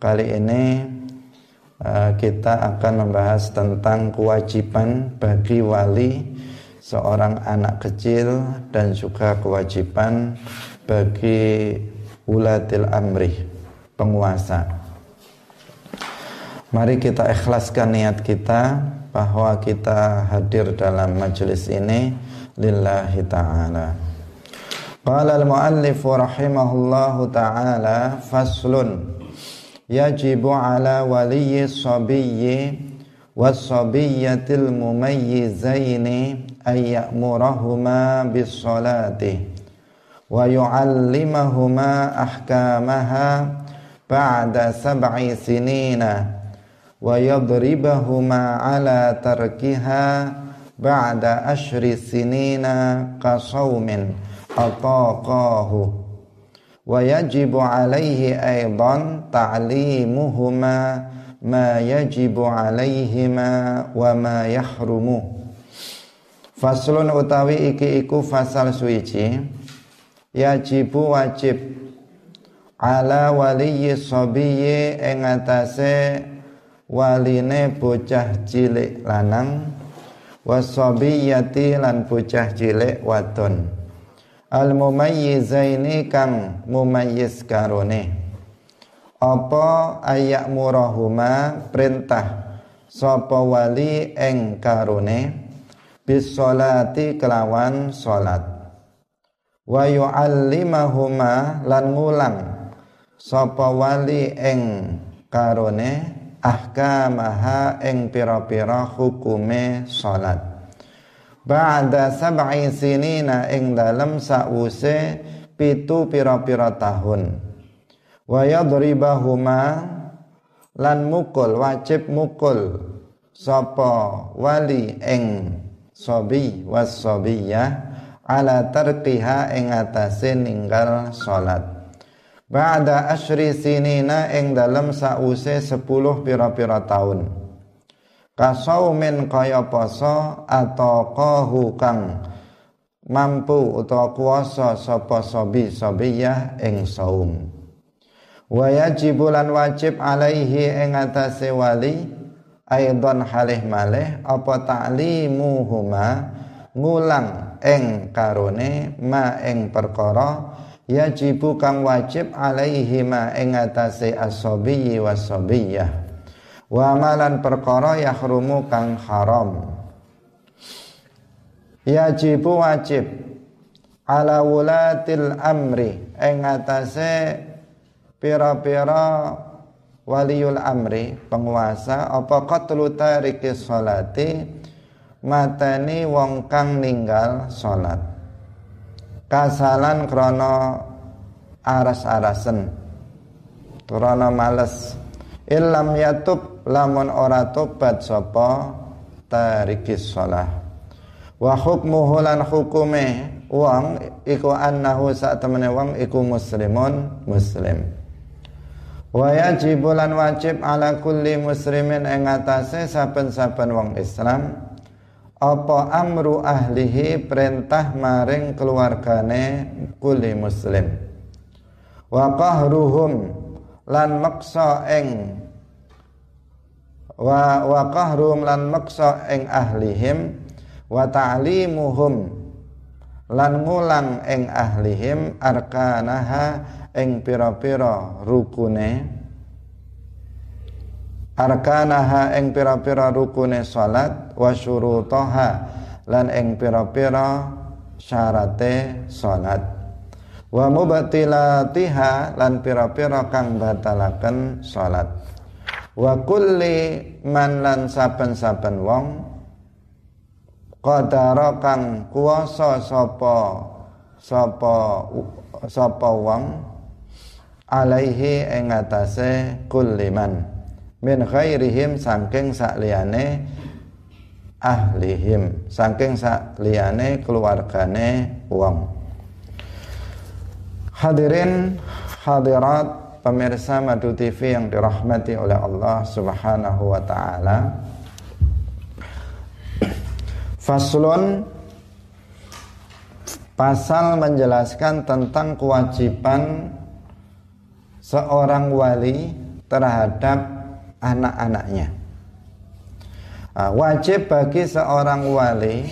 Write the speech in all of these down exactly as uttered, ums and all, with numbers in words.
Kali ini uh, kita akan membahas tentang kewajiban bagi wali seorang anak kecil dan juga kewajiban bagi ulatil amri, penguasa. Mari kita ikhlaskan niat kita bahwa kita hadir dalam majelis ini lillahi ta'ala. Qala al-muallif rahimahullahu ta'ala faslun yajibu ala waliyyi sabiyyi was-sabiyyatil mumayyizaini ay ya'murahuma bis-salati wa yu'allimahuma ahkamaha ba'da sab'i sinina wa yadribahuma ala tarkiha ba'da ashri sinina ka sawmin ataqahu wa yajibu alaihi aidan ta'limuhuma ma yajibu alaihima wa ma yahrumu. Faslun utawi iki iku fasal suici yajibu wajib ala waliyyi sabiyyi ing atase waline bocah cilik lanang wasabiyyati lan bocah cilik wadon al-mumayyizaini kang mumayyiz karone apa ayak murahuma perintah sapa wali ing karone bis sholati kelawan salat wa yu'allimahuma lan ngulang sapa wali ing karone ahkamaha ing pira-pira hukume salat ba'da sab'i sinina ing dalem sause pitu pira-pira tahun wa yadribahuma lan mukul wajib mukul sapa wali ing sabi was sabiyah ala tarqiha ing atase ninggal salat ba'da asyri sinina ing dalem sause sepuluh pira-pira tahun kasaumin kaya poso ataqahu kang mampu utawa kuwasa sapa sabi sabiyah ing saum wa yajibu lan wajib alaihi ing atase wali aidan halih malih apa ta'limuhuma ngulang ing karone ma ing perkara yajibu kang wajib alaihi ma ing atase as-sabiyyi was-sabiyah wa amalan perkara yahrumu kang haram. Yajibu wajib ala wulatil amri ing atase pira-pira waliul amri penguasa apa qatlu tariki sholati mateni wong kang ninggal salat kasalan krana aras-arasen krana males illam yatub lamun ora tobat sapa tarikis shalah wa hukmuhu lan hukume wong iku annahu sak temene wong iku muslimun muslim wa yajibu lan wajib ala kulli muslimin ing atase saben-saben wong Islam apa amru ahlihi perintah maring keluargane kulli muslim wa qahruhum lan maksa ing wa wa qahrum lan maksa ing ahlihim wa ta'limuhum lan ngulang ing ahlihim arkanaha ing pira-pira rukune arkanaha ing pira-pira rukune salat wa syurutaha lan ing pira-pira syarate salat wa mubtilatiha lan pira-pira kang batalaken salat wa kulli man lan saben-saben wong qadara kang kuwasa sapa sapa sapa wong alaihi ing atase kulli man min ghairihim saking sakliyane ahlihim saking sakliyane keluargane wong. Hadirin hadirat pemirsa Madu T V yang dirahmati oleh Allah Subhanahu wa taala. Faslun, pasal menjelaskan tentang kewajiban seorang wali terhadap anak-anaknya. Nah, wajib bagi seorang wali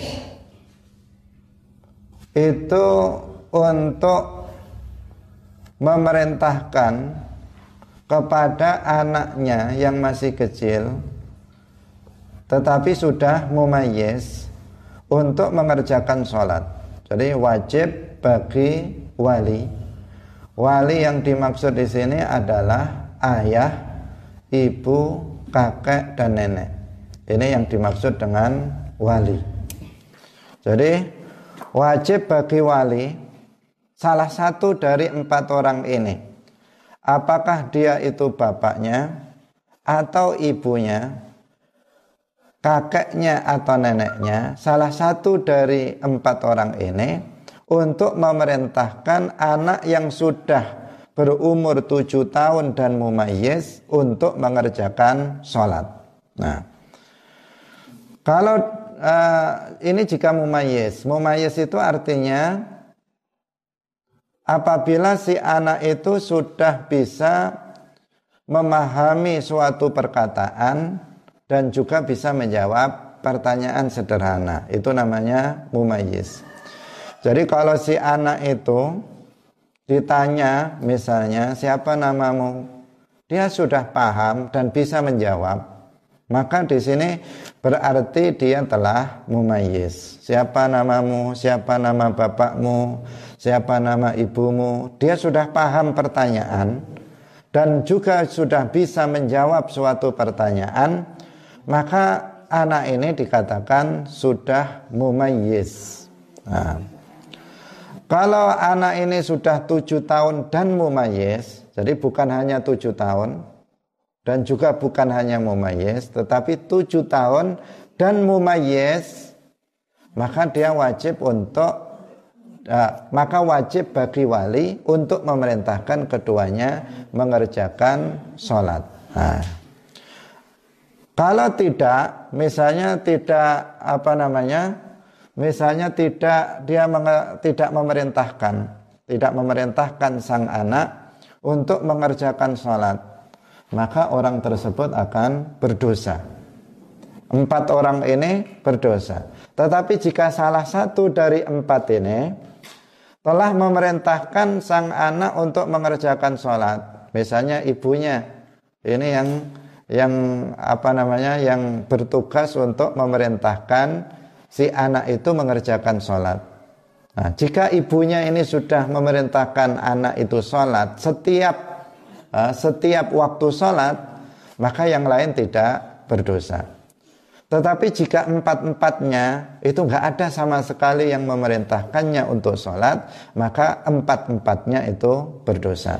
itu untuk memerintahkan kepada anaknya yang masih kecil tetapi sudah mumayyiz untuk mengerjakan sholat. Jadi wajib bagi wali. Wali yang dimaksud di sini adalah ayah, ibu, kakek, dan nenek. Ini yang dimaksud dengan wali. Jadi wajib bagi wali salah satu dari empat orang ini. Apakah dia itu bapaknya atau ibunya, kakeknya atau neneknya, salah satu dari empat orang ini untuk memerintahkan anak yang sudah berumur tujuh tahun dan mumayyiz untuk mengerjakan sholat. Nah, kalau uh, ini jika mumayyiz, mumayyiz itu artinya apabila si anak itu sudah bisa memahami suatu perkataan dan juga bisa menjawab pertanyaan sederhana, itu namanya mumayyiz. Jadi kalau si anak itu ditanya misalnya siapa namamu, dia sudah paham dan bisa menjawab, maka di sini berarti dia telah mumayyiz. Siapa namamu, siapa nama bapakmu, siapa nama ibumu, dia sudah paham pertanyaan dan juga sudah bisa menjawab suatu pertanyaan, maka anak ini dikatakan sudah mumayyiz. Nah, kalau anak ini sudah tujuh tahun dan mumayyiz, jadi bukan hanya tujuh tahun dan juga bukan hanya mumayyiz, tetapi tujuh tahun dan mumayyiz, maka dia wajib untuk uh, maka wajib bagi wali untuk memerintahkan keduanya mengerjakan sholat. Nah, kalau tidak, misalnya tidak apa namanya, misalnya tidak dia menge, tidak memerintahkan, tidak memerintahkan sang anak untuk mengerjakan sholat, maka orang tersebut akan berdosa. Empat orang ini berdosa. Tetapi jika salah satu dari empat ini telah memerintahkan sang anak untuk mengerjakan sholat, misalnya ibunya ini yang yang apa namanya yang bertugas untuk memerintahkan si anak itu mengerjakan sholat. Nah, jika ibunya ini sudah memerintahkan anak itu sholat setiap uh, setiap waktu sholat, maka yang lain tidak berdosa. Tetapi jika empat-empatnya itu nggak ada sama sekali yang memerintahkannya untuk sholat, maka empat-empatnya itu berdosa.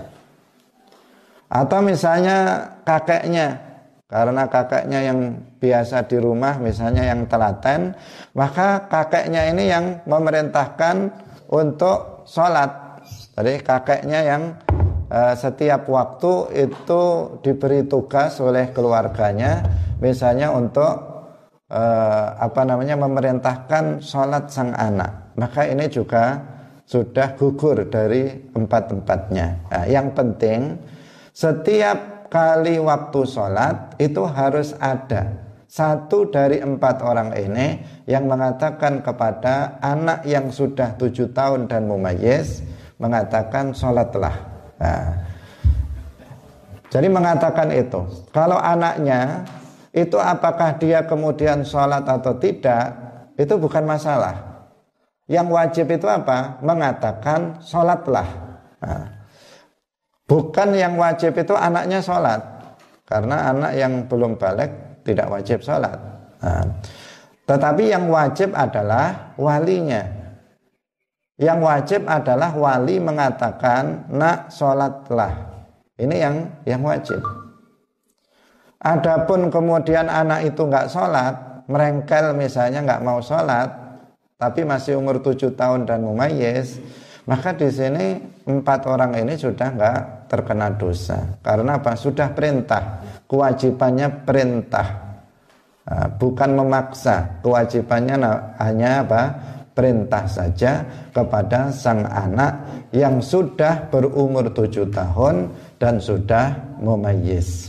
Atau misalnya kakeknya, karena kakeknya yang biasa di rumah misalnya yang telaten, maka kakeknya ini yang memerintahkan untuk sholat. Jadi kakeknya yang uh, setiap waktu itu diberi tugas oleh keluarganya, misalnya untuk uh, apa namanya memerintahkan sholat sang anak, maka ini juga sudah gugur dari empat-empatnya. Nah, yang penting setiap kali waktu sholat itu harus ada satu dari empat orang ini yang mengatakan kepada anak yang sudah tujuh tahun dan mumayyiz, mengatakan sholatlah. Nah, jadi mengatakan itu. Kalau anaknya itu apakah dia kemudian sholat atau tidak, itu bukan masalah. Yang wajib itu apa? Mengatakan sholatlah. Nah, bukan yang wajib itu anaknya sholat, karena anak yang belum balik tidak wajib sholat. Nah, tetapi yang wajib adalah walinya. Yang wajib adalah wali mengatakan nak sholatlah. Ini yang yang wajib. Adapun kemudian anak itu nggak sholat, merengkel misalnya nggak mau sholat, tapi masih umur tujuh tahun dan mumayyiz, maka di sini empat orang ini sudah nggak terkena dosa. Karena apa? Sudah perintah, kewajibannya perintah, nah, bukan memaksa. Kewajibannya hanya apa? Perintah saja kepada sang anak yang sudah berumur tujuh tahun dan sudah mumayyiz.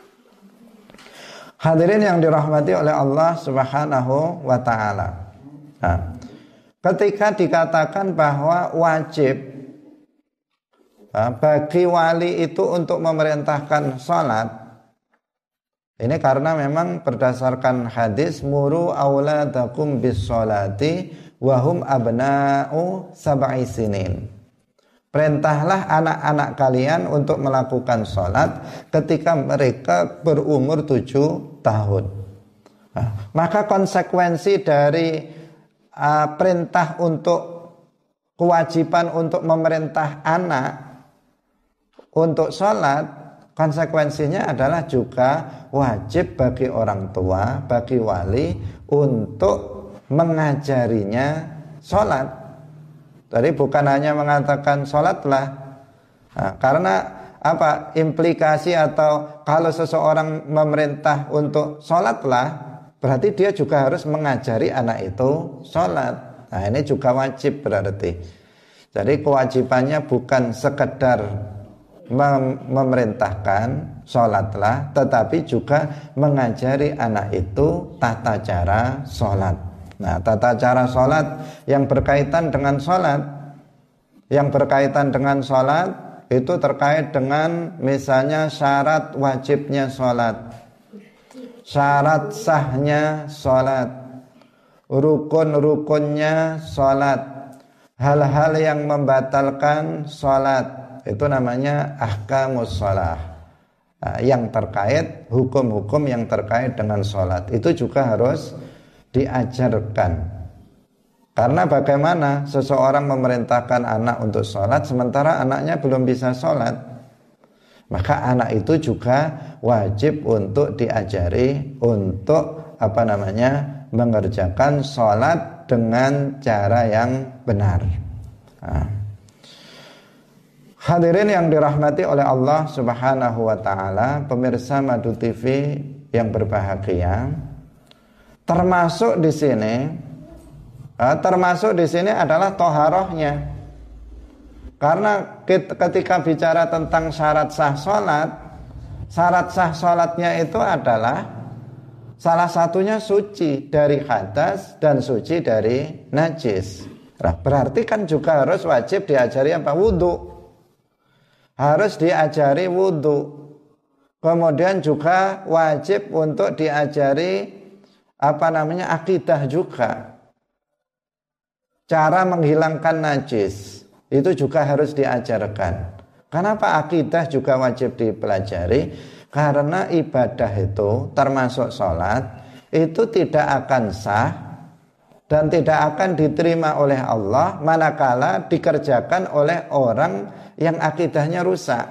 Hadirin yang dirahmati oleh Allah Subhanahu wa taala. Nah, ketika dikatakan bahwa wajib bagi wali itu untuk memerintahkan salat, ini karena memang berdasarkan hadis muru auladakum bis sholati wa hum abna'u sab'i sinin. Perintahlah anak-anak kalian untuk melakukan sholat ketika mereka berumur tujuh tahun. Nah, maka konsekuensi dari uh, perintah untuk kewajiban untuk memerintah anak untuk sholat, konsekuensinya adalah juga wajib bagi orang tua, bagi wali untuk mengajarinya sholat. Jadi bukan hanya mengatakan sholatlah, nah, karena apa implikasi atau kalau seseorang memerintah untuk sholatlah, berarti dia juga harus mengajari anak itu sholat. Nah ini juga wajib berarti. Jadi kewajibannya bukan sekedar mem- memerintahkan sholatlah, tetapi juga mengajari anak itu tata cara sholat. Nah, tata cara sholat yang berkaitan dengan sholat, yang berkaitan dengan sholat itu terkait dengan misalnya syarat wajibnya sholat, syarat sahnya sholat, rukun-rukunnya sholat, hal-hal yang membatalkan sholat, itu namanya ahkamus sholat. Nah, yang terkait hukum-hukum yang terkait dengan sholat itu juga harus diajarkan. Karena bagaimana seseorang memerintahkan anak untuk sholat sementara anaknya belum bisa sholat, maka anak itu juga wajib untuk diajari untuk apa namanya mengerjakan sholat dengan cara yang benar. Nah, hadirin yang dirahmati oleh Allah Subhanahu wa taala, pemirsa Madu T V yang berbahagia, termasuk di sini, termasuk di sini adalah toharohnya. Karena ketika bicara tentang syarat sah sholat, syarat sah sholatnya itu adalah salah satunya suci dari hadas dan suci dari najis. Nah, berarti kan juga harus wajib diajari apa? Wudhu. Harus diajari wudhu. Kemudian juga wajib untuk diajari apa namanya akidah juga, cara menghilangkan najis itu juga harus diajarkan. Kenapa akidah juga wajib dipelajari? Karena ibadah itu termasuk sholat itu tidak akan sah dan tidak akan diterima oleh Allah manakala dikerjakan oleh orang yang akidahnya rusak.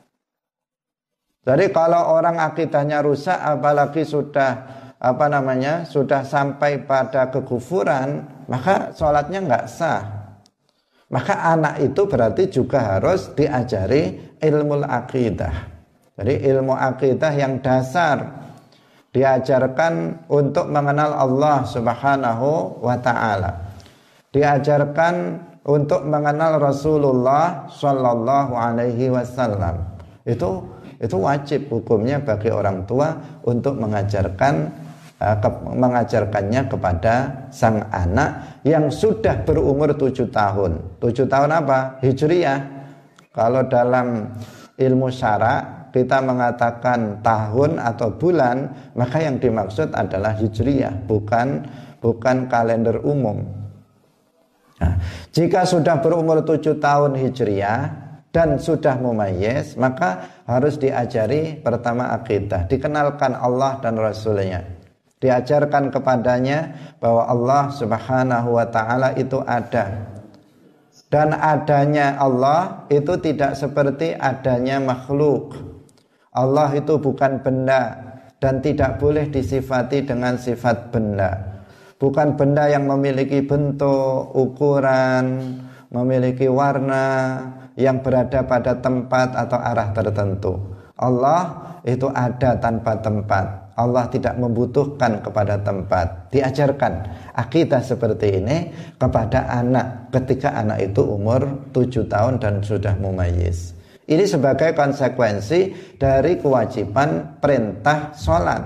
Jadi kalau orang akidahnya rusak apalagi sudah apa namanya sudah sampai pada kekufuran, maka sholatnya nggak sah. Maka anak itu berarti juga harus diajari ilmu akidah. Jadi ilmu akidah yang dasar, diajarkan untuk mengenal Allah Subhanahu wa taala, diajarkan untuk mengenal Rasulullah Shallallahu alaihi wasallam. Itu itu wajib hukumnya bagi orang tua untuk mengajarkan Ke, mengajarkannya kepada sang anak yang sudah berumur tujuh tahun. Tujuh tahun apa? Hijriyah. Kalau dalam ilmu syara kita mengatakan tahun atau bulan, maka yang dimaksud adalah hijriyah, bukan bukan kalender umum. Nah, jika sudah berumur tujuh tahun hijriyah dan sudah mumayyiz, maka harus diajari pertama akidah, dikenalkan Allah dan Rasulnya. Diajarkan kepadanya bahwa Allah Subhanahu wa taala itu ada. Dan adanya Allah itu tidak seperti adanya makhluk. Allah itu bukan benda dan tidak boleh disifati dengan sifat benda. Bukan benda yang memiliki bentuk, ukuran, memiliki warna, yang berada pada tempat atau arah tertentu. Allah itu ada tanpa tempat. Allah tidak membutuhkan kepada tempat. Diajarkan akidah seperti ini kepada anak ketika anak itu umur tujuh tahun dan sudah mumayyiz. Ini sebagai konsekuensi dari kewajiban perintah sholat.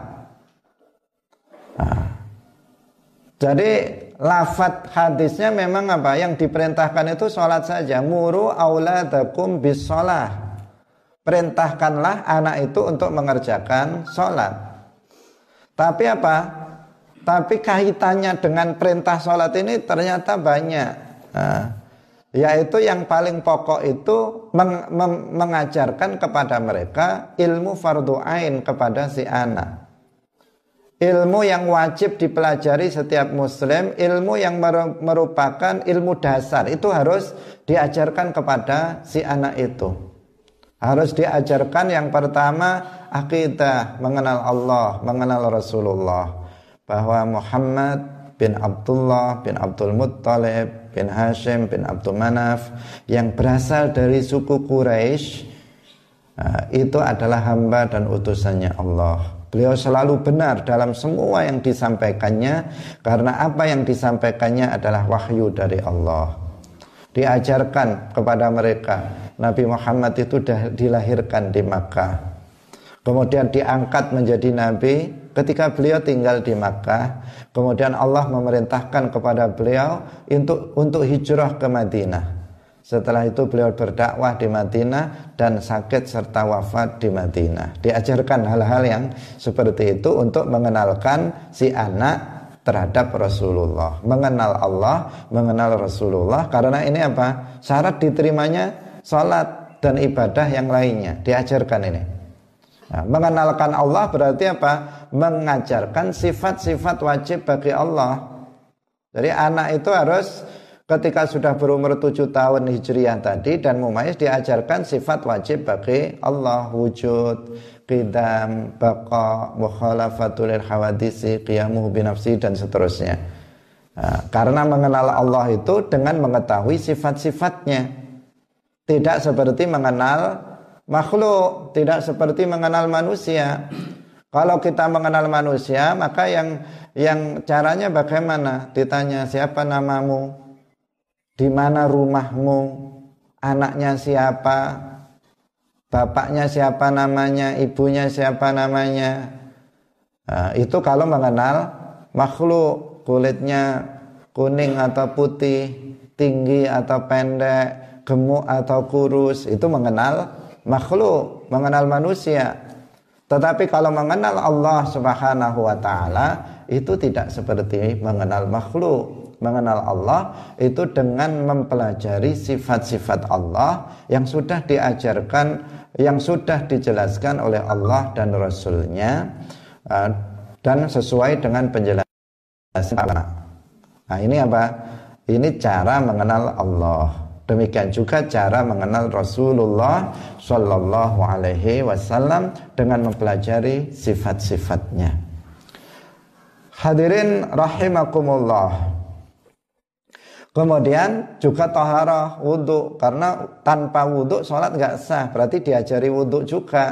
Nah, jadi lafadz hadisnya memang apa? Yang diperintahkan itu sholat saja. Muru auladakum bis sholah. Perintahkanlah anak itu untuk mengerjakan sholat. Tapi apa? Tapi kaitannya dengan perintah sholat ini ternyata banyak. Nah, yaitu yang paling pokok itu meng, mem, mengajarkan kepada mereka ilmu fardu ain kepada si anak. Ilmu yang wajib dipelajari setiap muslim, ilmu yang merupakan ilmu dasar, itu harus diajarkan kepada si anak itu. Harus diajarkan yang pertama akidah, mengenal Allah, mengenal Rasulullah, bahwa Muhammad bin Abdullah bin Abdul Muttalib bin Hashim bin Abdul Manaf yang berasal dari suku Quraisy, itu adalah hamba dan utusannya Allah. Beliau selalu benar dalam semua yang disampaikannya, karena apa yang disampaikannya adalah wahyu dari Allah. Diajarkan kepada mereka, Nabi Muhammad itu dilahirkan di Makkah, kemudian diangkat menjadi nabi ketika beliau tinggal di Makkah. Kemudian Allah memerintahkan kepada beliau untuk untuk hijrah ke Madinah. Setelah itu beliau berdakwah di Madinah dan sakit serta wafat di Madinah. Diajarkan hal-hal yang seperti itu untuk mengenalkan si anak terhadap Rasulullah, mengenal Allah, mengenal Rasulullah. Karena ini apa? Syarat diterimanya salat dan ibadah yang lainnya. Diajarkan ini. Nah, mengenalkan Allah berarti apa? Mengajarkan sifat-sifat wajib bagi Allah. Jadi anak itu harus ketika sudah berumur tujuh tahun hijriyah tadi dan mumayyiz, diajarkan sifat wajib bagi Allah, wujud, qidam, baqa, mukhalafatul hawadisi, qiyamuhu binafsi, dan seterusnya. Nah, karena mengenal Allah itu dengan mengetahui sifat-sifatnya. Tidak seperti mengenal makhluk, tidak seperti mengenal manusia. Kalau kita mengenal manusia, maka yang yang caranya bagaimana? Ditanya, siapa namamu? Di mana rumahmu? Anaknya siapa? Bapaknya siapa namanya? Ibunya siapa namanya? Nah, itu kalau mengenal makhluk, kulitnya kuning atau putih, tinggi atau pendek, gemuk atau kurus, itu mengenal makhluk, mengenal manusia. Tetapi kalau mengenal Allah Subhanahu wa ta'ala, itu tidak seperti mengenal makhluk. Mengenal Allah itu dengan mempelajari sifat-sifat Allah yang sudah diajarkan, yang sudah dijelaskan oleh Allah dan Rasul-Nya, dan sesuai dengan penjelasan. Nah, ini apa? Ini cara mengenal Allah. Demikian juga cara mengenal Rasulullah Sallallahu Alaihi Wasallam dengan mempelajari sifat-sifatnya. Hadirin rahimakumullah. Kemudian juga taharah, wudhu, karena tanpa wudhu sholat nggak sah. Berarti diajari wudhu juga.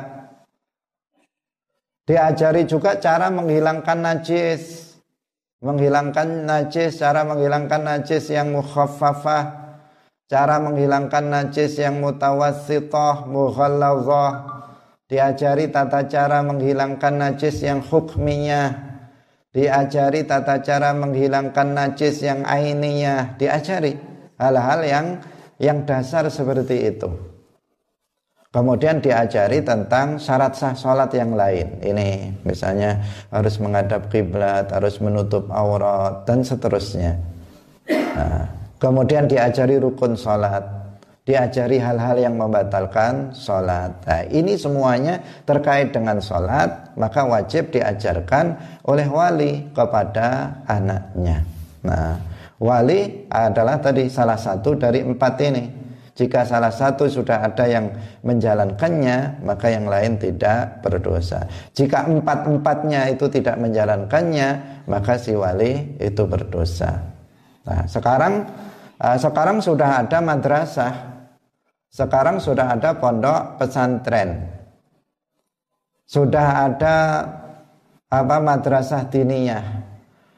Diajari juga cara menghilangkan najis, menghilangkan najis, cara menghilangkan najis yang mukhaffafah, cara menghilangkan najis yang mutawassithah, mughallazah. Diajari tata cara menghilangkan najis yang hukmiyah. Diajari tata cara menghilangkan najis yang ainiyah. Diajari hal-hal yang yang dasar seperti itu. Kemudian diajari tentang syarat sah sholat yang lain. Ini misalnya harus menghadap kiblat, harus menutup aurat, dan seterusnya. Nah, kemudian diajari rukun sholat, diajari hal-hal yang membatalkan sholat. Nah, ini semuanya terkait dengan sholat, maka wajib diajarkan oleh wali kepada anaknya. Nah, wali adalah tadi salah satu dari empat ini. Jika salah satu sudah ada yang menjalankannya, maka yang lain tidak berdosa. Jika empat-empatnya itu tidak menjalankannya, maka si wali itu berdosa. Nah, sekarang sekarang sudah ada madrasah. Sekarang sudah ada pondok pesantren. Sudah ada apa madrasah diniyah.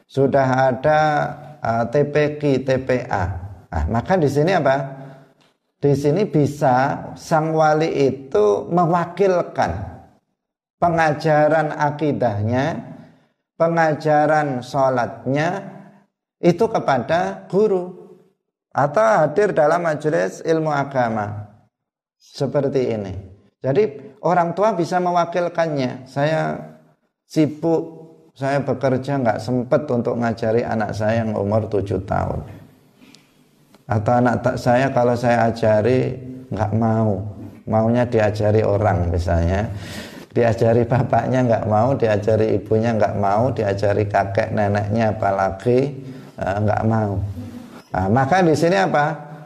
Sudah ada uh, T P Q, T P A. Nah, maka di sini apa? di sini bisa sang wali itu mewakilkan pengajaran akidahnya, pengajaran sholatnya itu kepada guru atau hadir dalam majelis ilmu agama seperti ini. Jadi orang tua bisa mewakilkannya. Saya sibuk, saya bekerja nggak sempat untuk ngajari anak saya yang umur tujuh tahun. Atau anak saya kalau saya ajari nggak mau, maunya diajari orang misalnya, diajari bapaknya nggak mau, diajari ibunya nggak mau, diajari kakek neneknya apalagi nggak mau. Nah, maka di sini apa?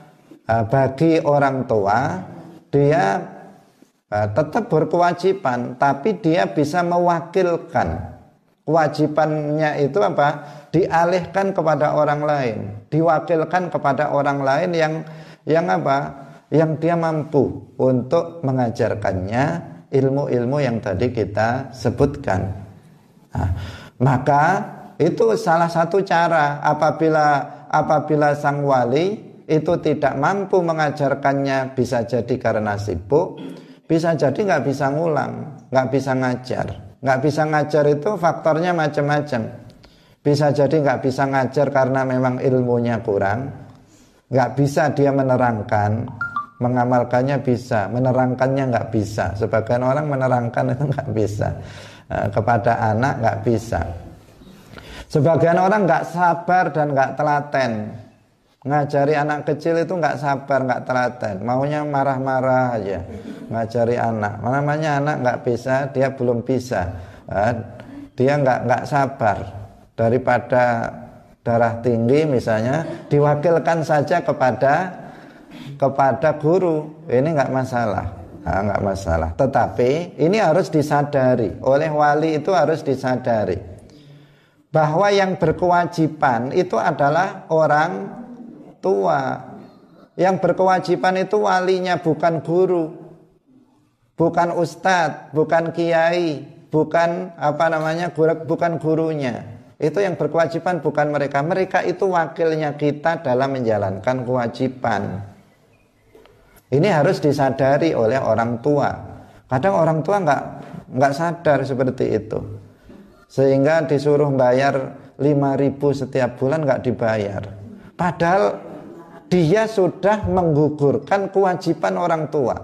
Bagi orang tua dia tetap berkewajiban, tapi dia bisa mewakilkan. Kewajibannya itu apa? Dialihkan kepada orang lain, diwakilkan kepada orang lain yang yang apa? Yang dia mampu untuk mengajarkannya ilmu-ilmu yang tadi kita sebutkan. Nah, maka itu salah satu cara apabila apabila sang wali itu tidak mampu mengajarkannya, bisa jadi karena sibuk, bisa jadi nggak bisa ngulang, nggak bisa ngajar. Nggak bisa ngajar itu faktornya macam-macam. Bisa jadi nggak bisa ngajar karena memang ilmunya kurang, nggak bisa dia menerangkan, mengamalkannya bisa, menerangkannya nggak bisa. Sebagian orang menerangkan itu nggak bisa, kepada anak nggak bisa. Sebagian orang nggak sabar dan nggak telaten. Ngajari anak kecil itu nggak sabar, nggak telaten, maunya marah-marah aja ngajari anak. Namanya anak nggak bisa, dia belum bisa, dia nggak nggak sabar. Daripada darah tinggi misalnya, diwakilkan saja kepada kepada guru, ini nggak masalah, nah, nggak masalah. Tetapi ini harus disadari oleh wali, itu harus disadari bahwa yang berkewajiban itu adalah orang tua. Yang berkewajiban itu walinya, bukan guru, bukan ustadz, bukan kiai, bukan apa namanya, bukan gurunya. Itu yang berkewajiban bukan mereka. Mereka itu wakilnya kita dalam menjalankan kewajiban. Ini harus disadari oleh orang tua. Kadang orang tua nggak nggak sadar seperti itu, sehingga disuruh bayar lima ribu setiap bulan nggak dibayar. Padahal dia sudah menggugurkan kewajiban orang tua.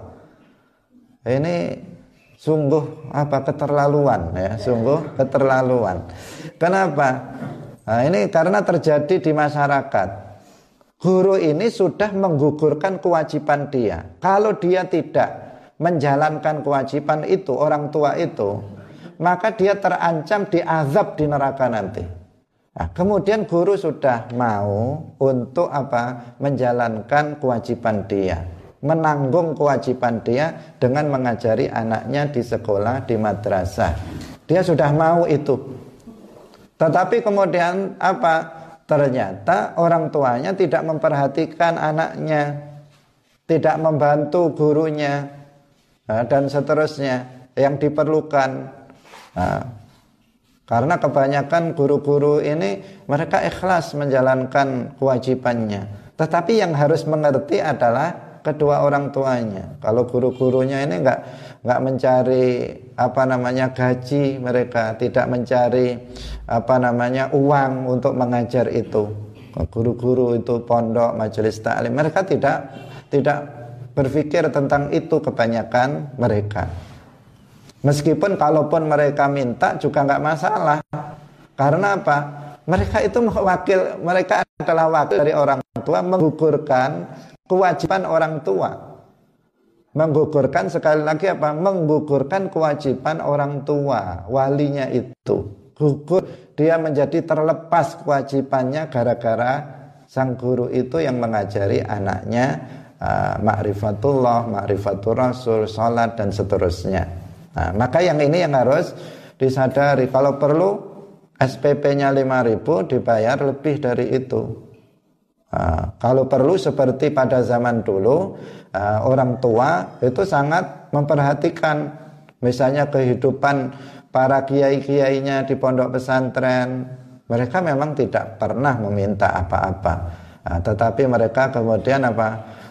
Ini sungguh apa keterlaluan ya, sungguh keterlaluan. Kenapa? Nah, ini karena terjadi di masyarakat. Guru ini sudah menggugurkan kewajiban dia. Kalau dia tidak menjalankan kewajiban itu, orang tua itu, maka dia terancam diazab di neraka nanti. Nah, kemudian guru sudah mau untuk apa? Menjalankan kewajiban dia, menanggung kewajiban dia dengan mengajari anaknya di sekolah, di madrasah. Dia sudah mau itu. Tetapi kemudian apa? Ternyata orang tuanya tidak memperhatikan anaknya, tidak membantu gurunya, nah, dan seterusnya yang diperlukan. Nah, karena kebanyakan guru-guru ini mereka ikhlas menjalankan kewajibannya, tetapi yang harus mengerti adalah kedua orang tuanya. Kalau guru-gurunya ini enggak enggak mencari apa namanya gaji, mereka tidak mencari apa namanya uang untuk mengajar itu. Guru-guru itu pondok, majelis taklim, mereka tidak tidak berpikir tentang itu kebanyakan mereka. Meskipun kalaupun mereka minta juga enggak masalah. Karena apa? Mereka itu wakil, mereka adalah wakil dari orang tua, menggugurkan kewajiban orang tua. Menggugurkan sekali lagi apa? Menggugurkan kewajiban orang tua, walinya itu. Gugur, dia menjadi terlepas kewajibannya gara-gara sang guru itu yang mengajari anaknya uh, ma'rifatullah, ma'rifatul rasul, salat dan seterusnya. Nah, maka yang ini yang harus disadari. Kalau perlu S P P-nya lima ribu dibayar lebih dari itu. Nah, kalau perlu seperti pada zaman dulu, uh, orang tua itu sangat memperhatikan misalnya kehidupan para kiai-kiainya di pondok pesantren. Mereka memang tidak pernah meminta apa-apa, nah, tetapi mereka kemudian apa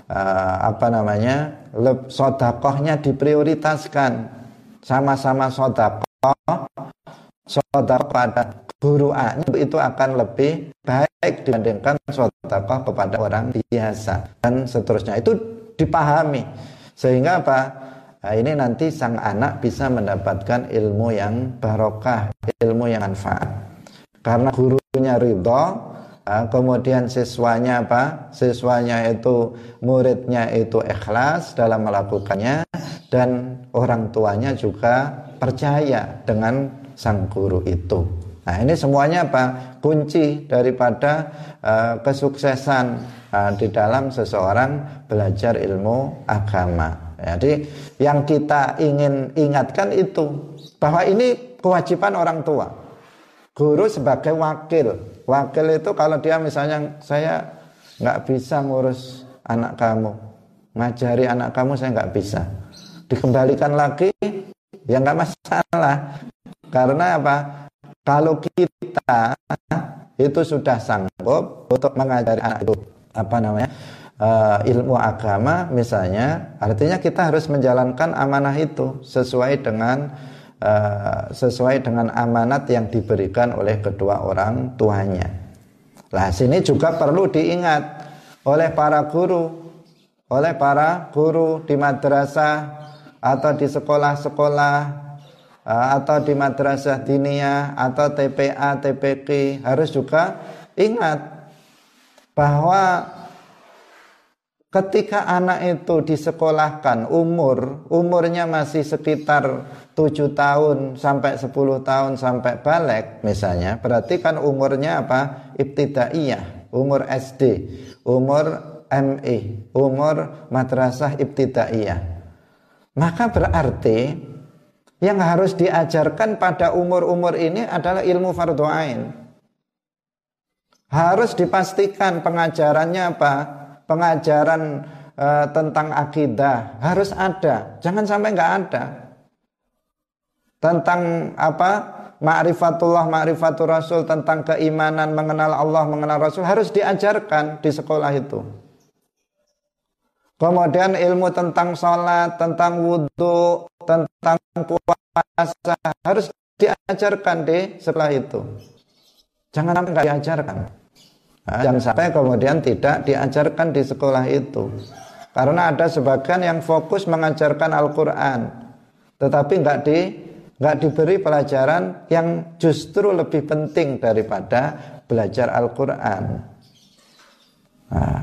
uh, apa namanya sodakohnya diprioritaskan, sama-sama sodakoh, sodakoh pada guru A itu akan lebih baik dibandingkan sodakoh kepada orang biasa dan seterusnya. Itu dipahami sehingga apa? Nah, ini nanti sang anak bisa mendapatkan ilmu yang barokah, ilmu yang manfaat. Karena gurunya ridho, nah, kemudian siswanya apa? Siswanya itu, muridnya itu ikhlas dalam melakukannya, dan orang tuanya juga percaya dengan sang guru itu. Nah, ini semuanya apa? Kunci daripada uh, kesuksesan uh, di dalam seseorang belajar ilmu agama. Jadi yang kita ingin ingatkan itu bahwa ini kewajiban orang tua. Guru sebagai wakil. Wakil itu kalau dia misalnya, saya nggak bisa ngurus anak kamu, ngajari anak kamu saya nggak bisa, dikembalikan lagi, ya nggak masalah. Karena apa? Kalau kita itu sudah sanggup untuk mengajari anak itu apa namanya uh, ilmu agama misalnya, artinya kita harus menjalankan amanah itu sesuai dengan uh, sesuai dengan amanat yang diberikan oleh kedua orang tuanya. Nah, sini juga perlu diingat oleh para guru, oleh para guru di madrasah atau di sekolah-sekolah atau di madrasah diniyah atau T P A, T P Q, harus juga ingat bahwa ketika anak itu disekolahkan umur umurnya masih sekitar tujuh tahun sampai sepuluh tahun sampai balik misalnya, berarti kan umurnya apa? Ibtidaiyah, umur S D, umur M I, umur madrasah ibtidaiyah. Maka berarti yang harus diajarkan pada umur-umur ini adalah ilmu fardhu ain. Harus dipastikan pengajarannya apa? Pengajaran e, tentang akidah harus ada. Jangan sampai nggak ada. Tentang apa? Ma'rifatullah, ma'rifatul Rasul, tentang keimanan, mengenal Allah, mengenal Rasul harus diajarkan di sekolah itu. Kemudian ilmu tentang sholat, tentang wudhu, tentang puasa harus diajarkan di sekolah itu. Jangan sampai nggak diajarkan. Nah, jangan sampai kemudian tidak diajarkan di sekolah itu. Karena ada sebagian yang fokus mengajarkan Al-Quran, tetapi nggak di nggak diberi pelajaran yang justru lebih penting daripada belajar Al-Quran. Nah,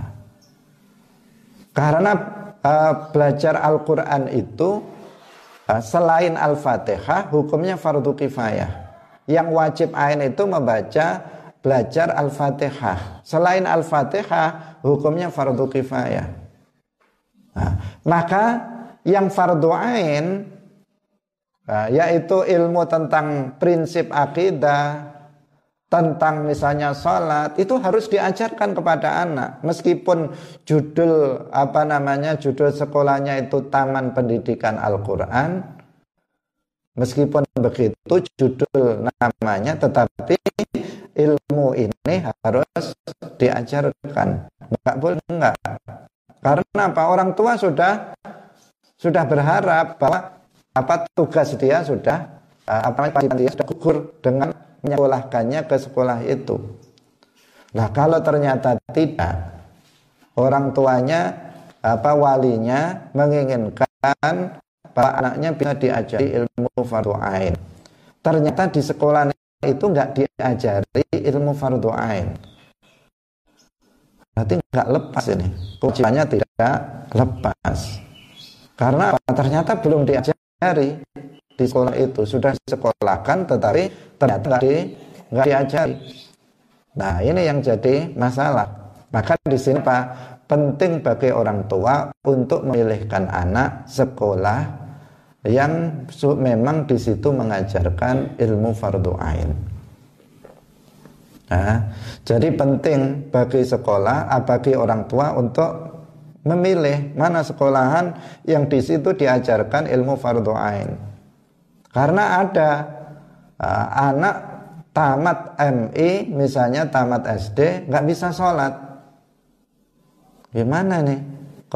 karena uh, belajar Al-Quran itu uh, selain Al-Fatihah hukumnya fardu kifayah. Yang wajib ain itu membaca belajar Al-Fatihah. Selain Al-Fatihah hukumnya fardu kifayah. Nah, maka yang fardu ain uh, yaitu ilmu tentang prinsip akidah, tentang misalnya sholat, itu harus diajarkan kepada anak. Meskipun judul apa namanya judul sekolahnya itu Taman Pendidikan Al-Quran, meskipun begitu judul namanya, tetapi ilmu ini harus diajarkan. Enggak boleh enggak. Karena apa? Orang tua sudah sudah berharap bahwa apa tugas dia sudah apa namanya dia sudah gugur dengan menyekolahkannya ke sekolah itu. Nah, kalau ternyata tidak, orang tuanya apa walinya menginginkan bahwa anaknya bisa diajari ilmu fardhu ain, ternyata di sekolah itu nggak diajari ilmu fardhu ain, berarti nggak lepas ini, kewajibannya tidak lepas. Karena apa? Ternyata belum diajari di sekolah itu, sudah disekolahkan tetapi ternyata nggak di, nggak diajari. Nah, ini yang jadi masalah. Maka di sini Pak, penting bagi orang tua untuk memilihkan anak sekolah yang memang di situ mengajarkan ilmu fardhu ain. Nah, jadi penting bagi sekolah, bagi orang tua untuk memilih mana sekolahan yang di situ diajarkan ilmu fardhu ain. Karena ada uh, anak tamat M I misalnya, tamat S D nggak bisa sholat. Gimana nih?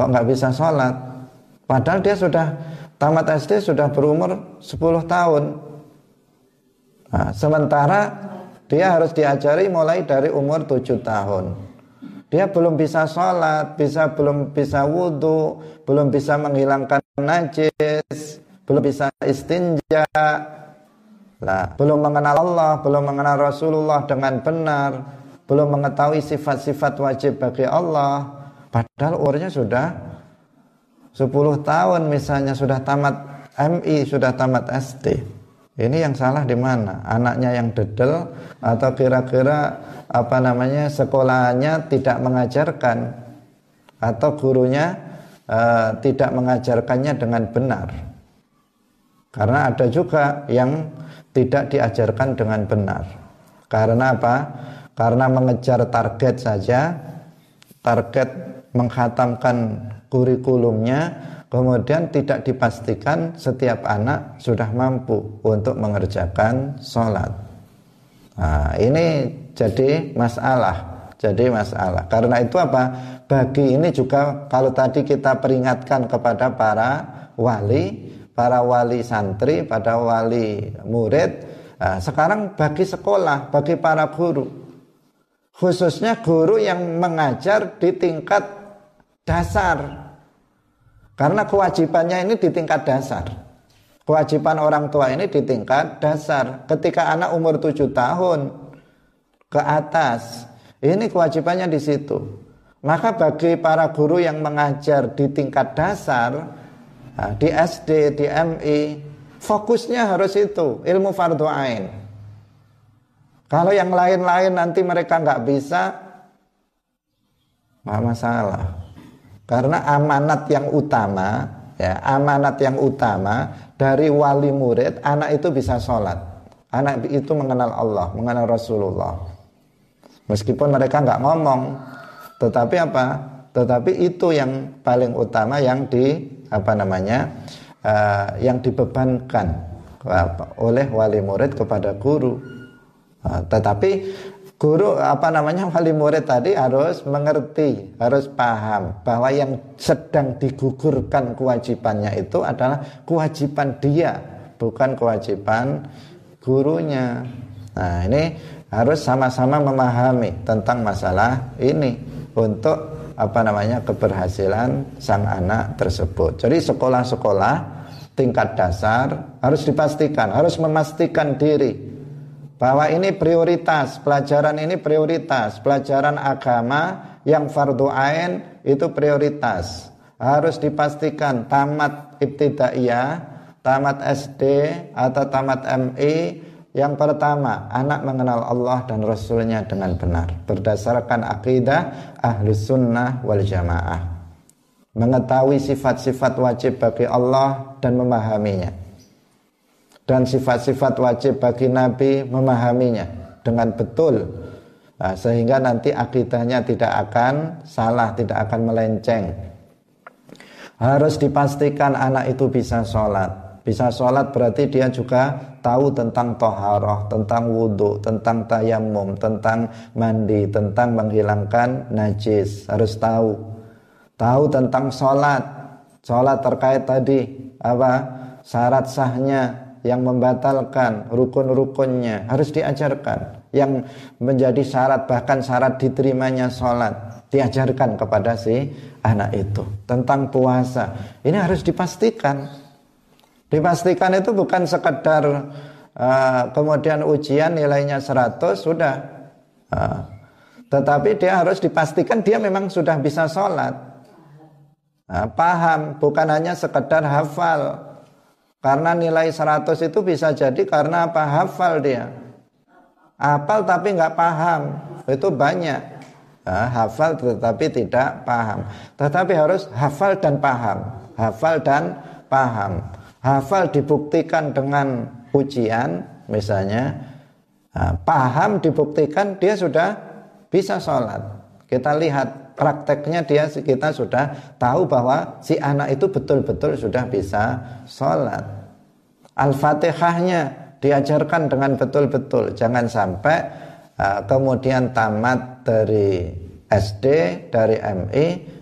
kok nggak bisa sholat? Padahal dia sudah tamat S D, sudah berumur sepuluh tahun. Nah, sementara dia harus diajari mulai dari umur tujuh tahun. Dia belum bisa sholat, bisa belum bisa wudhu, belum bisa menghilangkan najis, belum bisa istinja, nah, belum mengenal Allah, belum mengenal Rasulullah dengan benar, belum mengetahui sifat-sifat wajib bagi Allah. Padahal umurnya sudah sepuluh tahun, misalnya sudah tamat M I, sudah tamat S D. Ini yang salah di mana? Anaknya yang dedel atau kira-kira apa namanya sekolahnya tidak mengajarkan atau gurunya uh, tidak mengajarkannya dengan benar? Karena ada juga yang tidak diajarkan dengan benar. Karena apa? Karena mengejar target saja, target menghatamkan kurikulumnya, kemudian tidak dipastikan setiap anak sudah mampu untuk mengerjakan sholat. Nah, ini jadi masalah, jadi masalah. Karena itu apa? Bagi ini juga kalau tadi kita peringatkan kepada para wali, para wali santri, pada wali murid, nah, sekarang bagi sekolah, bagi para guru, khususnya guru yang mengajar di tingkat dasar. Karena kewajibannya ini di tingkat dasar. Kewajiban orang tua ini di tingkat dasar. Ketika anak umur tujuh tahun ke atas, ini kewajibannya di situ. Maka bagi para guru yang mengajar di tingkat dasar, nah, di S D, di M I, fokusnya harus itu, ilmu fardhu ain. Kalau yang lain-lain nanti mereka nggak bisa, nggak masalah. Karena amanat yang utama, ya, amanat yang utama dari wali murid, anak itu bisa sholat. Anak itu mengenal Allah, mengenal Rasulullah. Meskipun mereka nggak ngomong, tetapi apa? Tetapi itu yang paling utama yang di apa namanya, uh, yang dibebankan oleh wali murid kepada guru. Uh, tetapi guru apa namanya wali murid tadi harus mengerti, harus paham bahwa yang sedang digugurkan kewajibannya itu adalah kewajiban dia, bukan kewajiban gurunya. Nah, ini harus sama-sama memahami tentang masalah ini untuk apa namanya keberhasilan sang anak tersebut. Jadi sekolah-sekolah tingkat dasar harus dipastikan, harus memastikan diri bahwa ini prioritas, pelajaran ini prioritas, pelajaran agama yang fardhu ain itu prioritas. Harus dipastikan tamat ibtidaiyah, tamat S D atau tamat M I, yang pertama anak mengenal Allah dan Rasulnya dengan benar berdasarkan akidah Ahlus Sunnah wal Jamaah, mengetahui sifat-sifat wajib bagi Allah dan memahaminya, dan sifat-sifat wajib bagi Nabi memahaminya dengan betul. Nah, sehingga nanti akidahnya tidak akan salah, tidak akan melenceng. Harus dipastikan anak itu bisa sholat. Bisa sholat berarti dia juga tahu tentang toharoh, tentang wudhu, tentang tayamum, tentang mandi, tentang menghilangkan najis. Harus tahu. Tahu tentang sholat. Sholat terkait tadi apa? Syarat sahnya, yang membatalkan, rukun-rukunnya harus diajarkan. Yang menjadi syarat, bahkan syarat diterimanya sholat, diajarkan kepada si anak itu. Tentang puasa, ini harus dipastikan. Dipastikan itu bukan sekedar uh, kemudian ujian nilainya seratus sudah, uh, tetapi dia harus dipastikan dia memang sudah bisa sholat, uh, paham, bukan hanya sekedar hafal. Karena nilai seratus itu bisa jadi karena apa? Hafal dia. Hafal tapi nggak paham. Itu banyak. Nah, hafal tetapi tidak paham. Tetapi harus hafal dan paham. Hafal dan paham. Hafal dibuktikan dengan ujian misalnya. Nah, paham dibuktikan dia sudah bisa sholat. Kita lihat prakteknya dia, kita sudah tahu bahwa si anak itu betul-betul sudah bisa sholat. Al-Fatihahnya diajarkan dengan betul-betul. Jangan sampai uh, kemudian tamat dari S D, dari M I,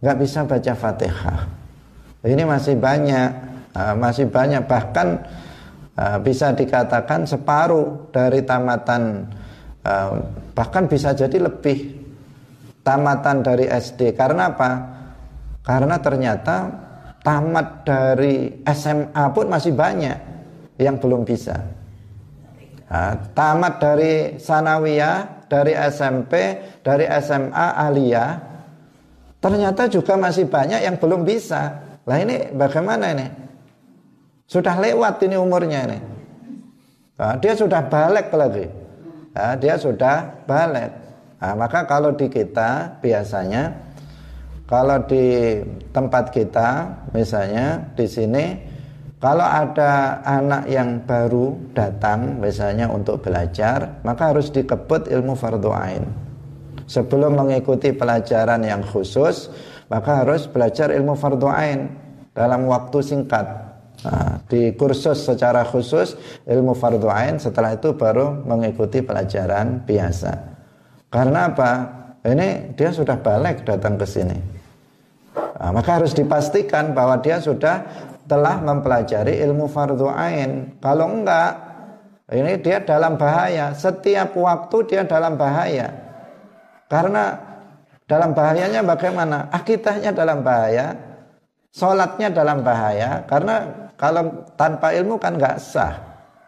nggak bisa baca Fatihah. Ini masih banyak, masih banyak, bahkan bisa dikatakan separuh dari tamatan, bahkan bisa jadi lebih tamatan dari S D. Karena apa? Karena ternyata tamat dari S M A pun masih banyak yang belum bisa. Nah, tamat dari sanawiyah, dari S M P, dari S M A aliyah, ternyata juga masih banyak yang belum bisa. Lah ini bagaimana ini? Sudah lewat ini umurnya ini. Nah, dia sudah balik lagi. Nah, dia sudah balik. Nah, maka kalau di kita biasanya, kalau di tempat kita misalnya di sini, kalau ada anak yang baru datang misalnya untuk belajar, maka harus dikebut ilmu fardhu ain. Sebelum mengikuti pelajaran yang khusus, maka harus belajar ilmu fardhu ain dalam waktu singkat. Nah, di kursus secara khusus ilmu fardhu ain, setelah itu baru mengikuti pelajaran biasa. Karena apa? Ini dia sudah balik datang ke sini. Nah, maka harus dipastikan bahwa dia sudah telah mempelajari ilmu fardhu ain. Kalau enggak, ini dia dalam bahaya. Setiap waktu dia dalam bahaya. Karena dalam bahayanya bagaimana? Akidahnya dalam bahaya, sholatnya dalam bahaya. Karena kalau tanpa ilmu kan nggak sah.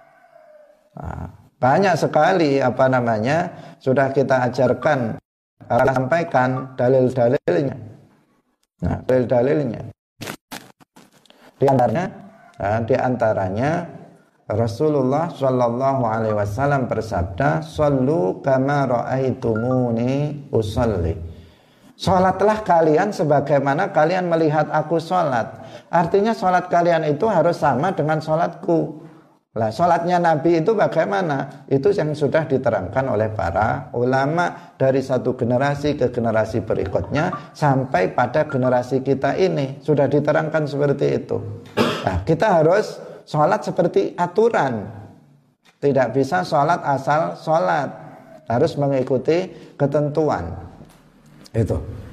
Nah, banyak sekali apa namanya sudah kita ajarkan, kita sampaikan dalil-dalilnya. Nah, dalil-dalilnya. Di antaranya, nah, di antaranya Rasulullah Shallallahu Alaihi Wasallam bersabda, "Sallu kama ra'aitumuni usalli." Sholatlah kalian sebagaimana kalian melihat aku sholat. Artinya sholat kalian itu harus sama dengan sholatku. Lah, sholatnya Nabi itu bagaimana? Itu yang sudah diterangkan oleh para ulama dari satu generasi ke generasi berikutnya sampai pada generasi kita ini sudah diterangkan seperti itu. Nah, kita harus sholat seperti aturan. Tidak bisa sholat asal sholat. Harus mengikuti ketentuan. Itu.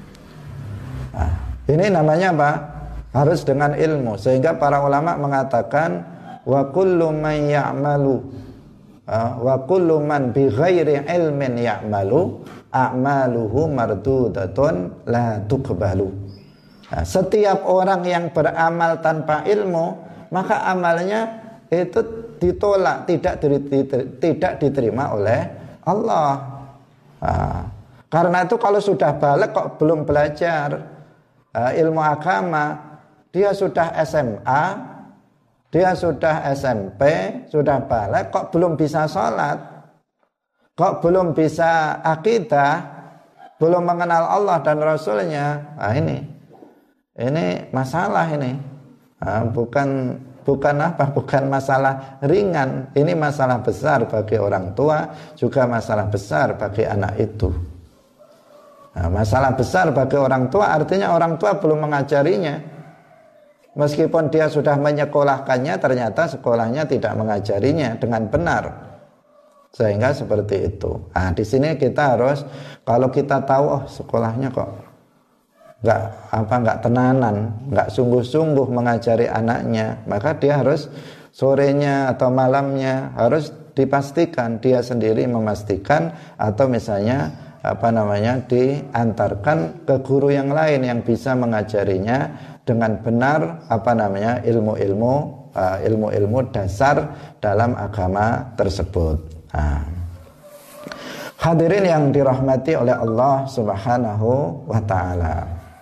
Nah, ini namanya apa? Harus dengan ilmu. Sehingga para ulama mengatakan, wa kullu man ya'malu wa kullu man bi ghairi ilmin ya'malu a'maluhu mardudatun la tuqbalu. Nah, setiap orang yang beramal tanpa ilmu, maka amalnya itu ditolak, tidak tidak diterima oleh Allah. Nah, karena itu kalau sudah balik kok belum belajar uh, ilmu agama, dia sudah S M A, dia sudah S M P, sudah balik kok belum bisa sholat, kok belum bisa akidah, belum mengenal Allah dan Rasulnya. Nah, ini ini masalah ini. Nah, bukan bukan apa bukan masalah ringan, ini masalah besar bagi orang tua, juga masalah besar bagi anak itu. Nah, masalah besar bagi orang tua artinya orang tua belum mengajarinya, meskipun dia sudah menyekolahkannya, ternyata sekolahnya tidak mengajarinya dengan benar, sehingga seperti itu. Nah, di sini kita harus, kalau kita tahu oh sekolahnya kok nggak apa nggak tenanan, nggak sungguh-sungguh mengajari anaknya, maka dia harus sorenya atau malamnya harus dipastikan, dia sendiri memastikan, atau misalnya apa namanya diantarkan ke guru yang lain yang bisa mengajarinya dengan benar apa namanya ilmu-ilmu uh, ilmu-ilmu dasar dalam agama tersebut. Nah, hadirin yang dirahmati oleh Allah Subhanahu wa taala.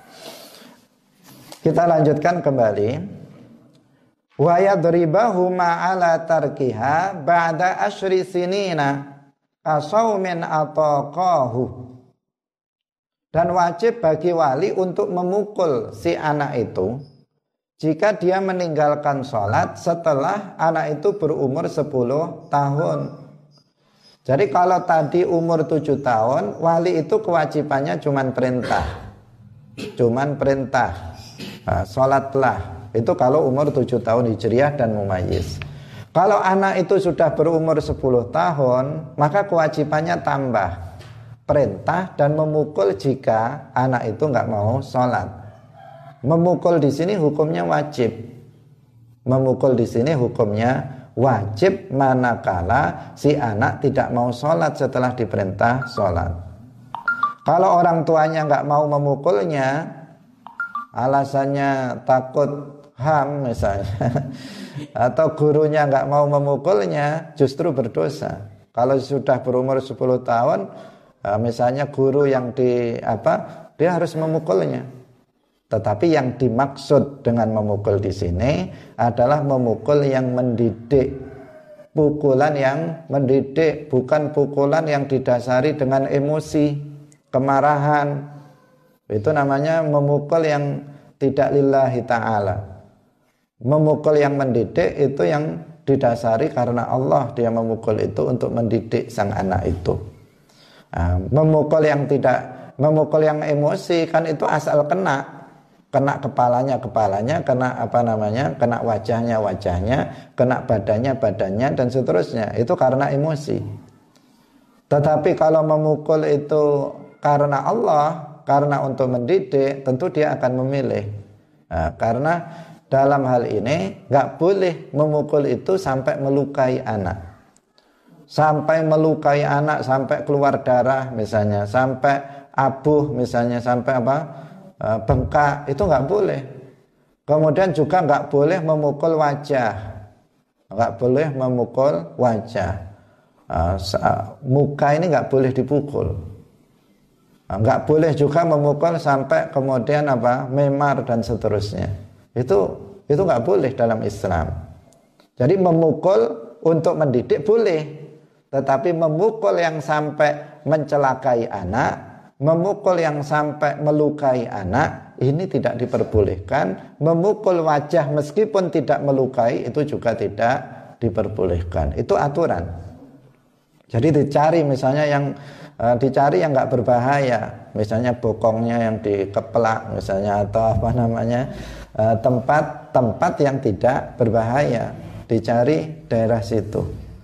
Kita lanjutkan kembali. Wa yadribahu ma'ala tarkiha ba'da asyri sinina kasaumin ataqahu. Dan wajib bagi wali untuk memukul si anak itu jika dia meninggalkan sholat setelah anak itu berumur sepuluh tahun. Jadi kalau tadi umur tujuh tahun, wali itu kewajibannya cuman perintah. Cuman perintah. Nah, sholatlah. Itu kalau umur tujuh tahun hijriah dan mumayyiz. Kalau anak itu sudah berumur sepuluh tahun, maka kewajibannya tambah. Perintah dan memukul jika anak itu nggak mau sholat. memukul di sini hukumnya wajib. Memukul di sini hukumnya wajib manakala si anak tidak mau sholat setelah diperintah sholat. Kalau orang tuanya nggak mau memukulnya, alasannya takut ham misalnya, atau gurunya nggak mau memukulnya, justru berdosa. Kalau sudah berumur sepuluh tahun, misalnya guru yang di apa, dia harus memukulnya. Tetapi yang dimaksud dengan memukul di sini adalah memukul yang mendidik, pukulan yang mendidik, bukan pukulan yang didasari dengan emosi, kemarahan. Itu namanya memukul yang tidak lillahi ta'ala. Memukul yang mendidik itu yang didasari karena Allah, dia memukul itu untuk mendidik sang anak itu. Nah, memukul yang tidak, memukul yang emosi kan itu asal kena. Kena kepalanya kepalanya, kena apa namanya, kena wajahnya wajahnya, kena badannya badannya, dan seterusnya. Itu karena emosi. Tetapi kalau memukul itu karena Allah, karena untuk mendidik, tentu dia akan memilih. Nah, karena dalam hal ini nggak boleh memukul itu sampai melukai anak, sampai melukai anak, sampai keluar darah misalnya, sampai abuh misalnya, sampai apa? Bengkak, itu nggak boleh. Kemudian juga nggak boleh memukul wajah, nggak boleh memukul wajah. Muka ini nggak boleh dipukul. Nggak boleh juga memukul sampai kemudian apa, memar dan seterusnya. Itu itu nggak boleh dalam Islam. Jadi memukul untuk mendidik boleh, tetapi memukul yang sampai mencelakai anak, memukul yang sampai melukai anak, ini tidak diperbolehkan. Memukul wajah meskipun tidak melukai, itu juga tidak diperbolehkan. Itu aturan. Jadi dicari misalnya yang uh, dicari yang nggak berbahaya, misalnya bokongnya yang dikeplak misalnya, atau apa namanya, uh, tempat-tempat yang tidak berbahaya, dicari daerah situ.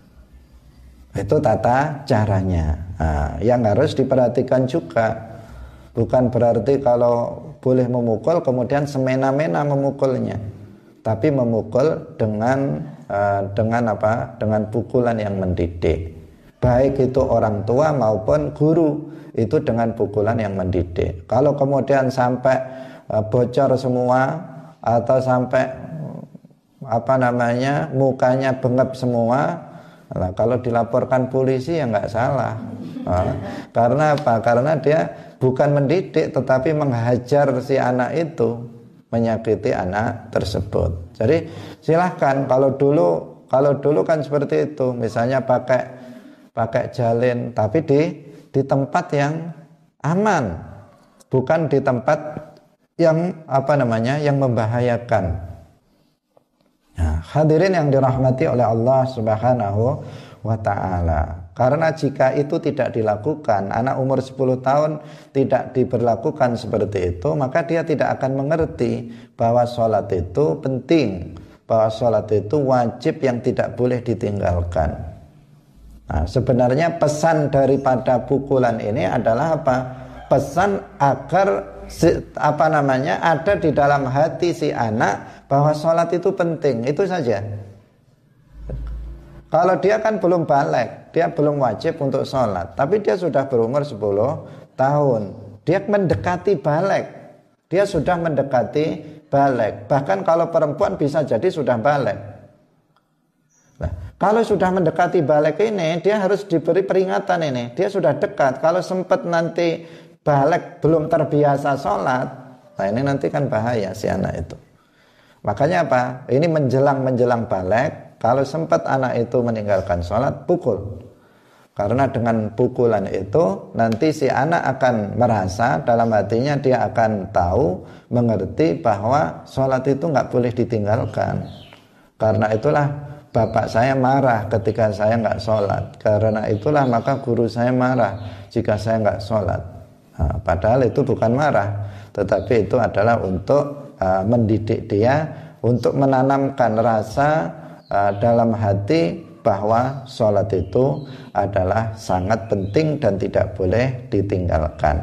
Itu tata caranya. Nah, yang harus diperhatikan juga, bukan berarti kalau boleh memukul kemudian semena-mena memukulnya, tapi memukul dengan uh, dengan apa? Dengan pukulan yang mendidik. Baik itu orang tua maupun guru, itu dengan pukulan yang mendidik. Kalau kemudian sampai uh, bocor semua, atau sampai apa namanya, mukanya bengep semua, nah, kalau dilaporkan polisi ya nggak salah. Nah, karena apa? Karena dia bukan mendidik tetapi menghajar si anak itu, menyakiti anak tersebut. Jadi silahkan, kalau dulu kalau dulu kan seperti itu, misalnya pakai pakai jalin, tapi di di tempat yang aman, bukan di tempat yang apa namanya, yang membahayakan. Nah, hadirin yang dirahmati oleh Allah Subhanahu wa ta'ala. Karena jika itu tidak dilakukan, anak umur sepuluh tahun tidak diberlakukan seperti itu, maka dia tidak akan mengerti bahwa sholat itu penting, bahwa sholat itu wajib yang tidak boleh ditinggalkan. Nah, sebenarnya pesan daripada pukulan ini adalah apa? Pesan agar apa namanya, ada di dalam hati si anak bahwa sholat itu penting, itu saja. Kalau dia kan belum balik, dia belum wajib untuk sholat, tapi dia sudah berumur sepuluh tahun, dia mendekati balik, dia sudah mendekati balik. Bahkan kalau perempuan bisa jadi sudah balik. Nah, kalau sudah mendekati balik ini, dia harus diberi peringatan ini, dia sudah dekat. Kalau sempat nanti balik belum terbiasa sholat, nah ini nanti kan bahaya si anak itu. Makanya apa? Ini menjelang-menjelang balik, kalau sempat anak itu meninggalkan sholat, pukul. Karena dengan pukulan itu nanti si anak akan merasa, dalam hatinya dia akan tahu, mengerti bahwa sholat itu nggak boleh ditinggalkan. Karena itulah bapak saya marah ketika saya nggak sholat. Karena itulah maka guru saya marah jika saya nggak sholat. Nah, padahal itu bukan marah, tetapi itu adalah untuk uh, mendidik dia, untuk menanamkan rasa uh, dalam hati bahwa sholat itu adalah sangat penting dan tidak boleh ditinggalkan.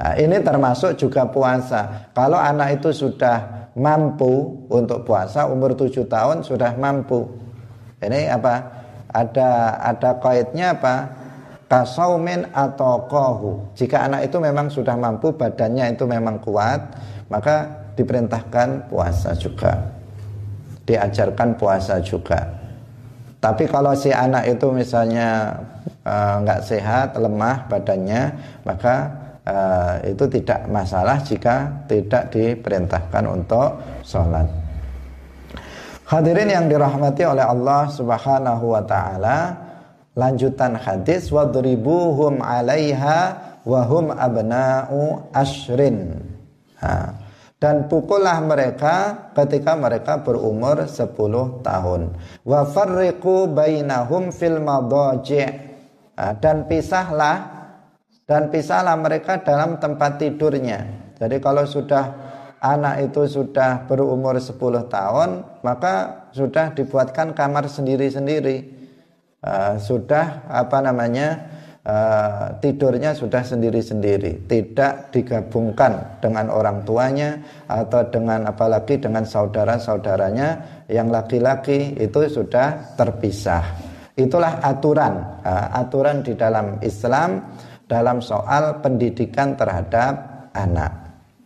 Nah, ini termasuk juga puasa. Kalau anak itu sudah mampu untuk puasa, umur tujuh tahun sudah mampu. Ini apa? Ada ada kaidnya apa? Kasaumin atau kohu. Jika anak itu memang sudah mampu, badannya itu memang kuat, maka diperintahkan puasa juga, diajarkan puasa juga. Tapi kalau si anak itu misalnya nggak uh, sehat, lemah badannya, maka uh, itu tidak masalah jika tidak diperintahkan untuk sholat. Hadirin yang dirahmati oleh Allah Subhanahu wa ta'ala, lanjutan hadis, wadribuhum 'alaiha wa hum abna'u asyrin. Nah, dan pukullah mereka ketika mereka berumur sepuluh tahun. Wa farriqu bainahum fil madaji'. Nah, dan pisahlah dan pisahlah mereka dalam tempat tidurnya. Jadi kalau sudah anak itu sudah berumur sepuluh tahun, maka sudah dibuatkan kamar sendiri-sendiri. Uh, sudah apa namanya uh, tidurnya sudah sendiri-sendiri, tidak digabungkan dengan orang tuanya atau dengan apalagi dengan saudara-saudaranya yang laki-laki, itu sudah terpisah. Itulah aturan uh, aturan di dalam Islam dalam soal pendidikan terhadap anak.